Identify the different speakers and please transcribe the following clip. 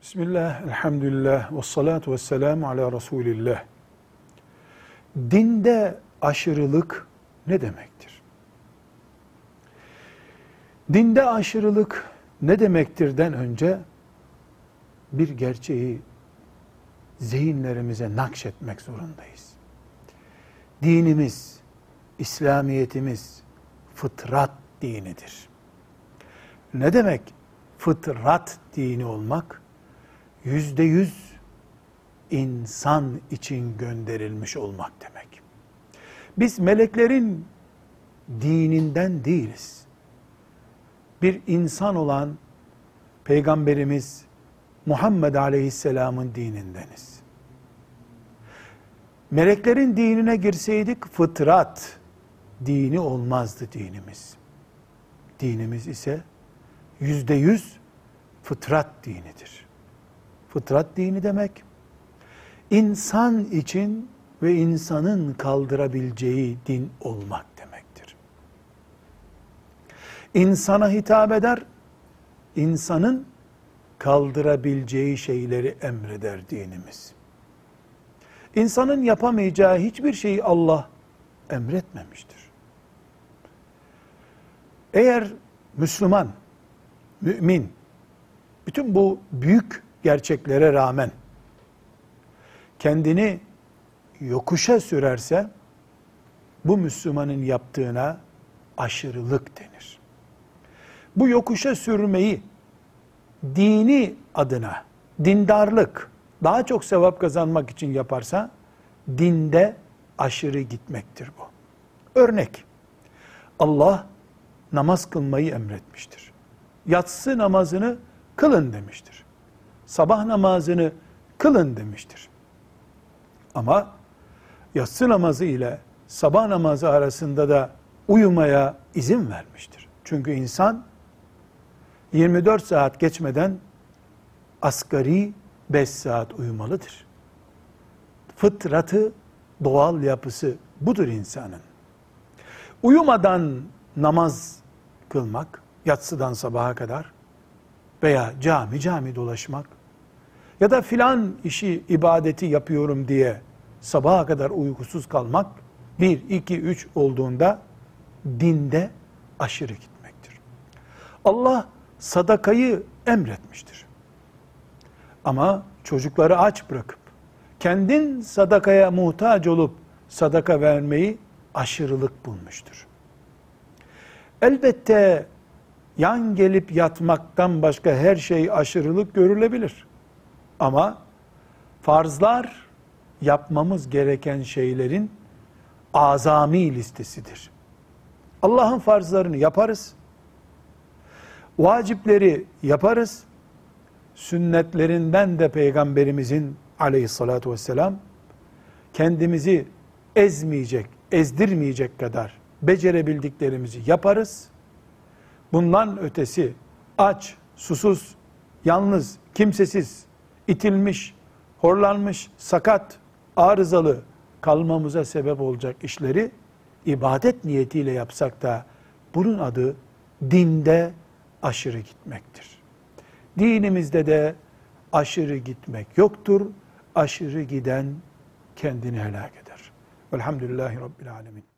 Speaker 1: Bismillah, elhamdülillah, ve salatu ve selamu ala Resulillah. Dinde aşırılık ne demektir? Dinde aşırılık ne demektirden önce bir gerçeği zihinlerimize nakşetmek zorundayız. Dinimiz, İslamiyetimiz fıtrat dinidir. Ne demek fıtrat dini olmak? %100 insan için gönderilmiş olmak demek. Biz meleklerin dininden değiliz. Bir insan olan Peygamberimiz Muhammed Aleyhisselam'ın dinindeniz. Meleklerin dinine girseydik fıtrat dini olmazdı dinimiz. Dinimiz ise %100 fıtrat dinidir. Fıtrat dini demek, insan için ve insanın kaldırabileceği din olmak demektir. İnsana hitap eder, insanın kaldırabileceği şeyleri emreder dinimiz. İnsanın yapamayacağı hiçbir şeyi Allah emretmemiştir. Eğer Müslüman, mümin, bütün bu büyük gerçeklere rağmen kendini yokuşa sürerse, bu Müslümanın yaptığına aşırılık denir. Bu yokuşa sürmeyi dini adına, dindarlık, daha çok sevap kazanmak için yaparsa, dinde aşırı gitmektir bu. Örnek, Allah namaz kılmayı emretmiştir. Yatsı namazını kılın demiştir. Sabah namazını kılın demiştir. Ama yatsı namazı ile sabah namazı arasında da uyumaya izin vermiştir. Çünkü insan 24 saat geçmeden asgari 5 saat uyumalıdır. Fıtratı, doğal yapısı budur insanın. Uyumadan namaz kılmak, yatsıdan sabaha kadar veya cami dolaşmak ya da filan işi, ibadeti yapıyorum diye sabaha kadar uykusuz kalmak 1, 2, 3 olduğunda dinde aşırı gitmektir. Allah sadakayı emretmiştir. Ama çocukları aç bırakıp kendin sadakaya muhtaç olup sadaka vermeyi aşırılık bulmuştur. Elbette yan gelip yatmaktan başka her şey aşırılık görülebilir. Ama farzlar yapmamız gereken şeylerin azami listesidir. Allah'ın farzlarını yaparız. Vacipleri yaparız. Sünnetlerinden de Peygamberimizin aleyhissalatu vesselam kendimizi ezdirmeyecek kadar becerebildiklerimizi yaparız. Bundan ötesi aç, susuz, yalnız, kimsesiz, itilmiş, horlanmış, sakat, arızalı kalmamıza sebep olacak işleri ibadet niyetiyle yapsak da bunun adı dinde aşırı gitmektir. Dinimizde de aşırı gitmek yoktur. Aşırı giden kendini helak eder. Velhamdülillahi Rabbil Alemin.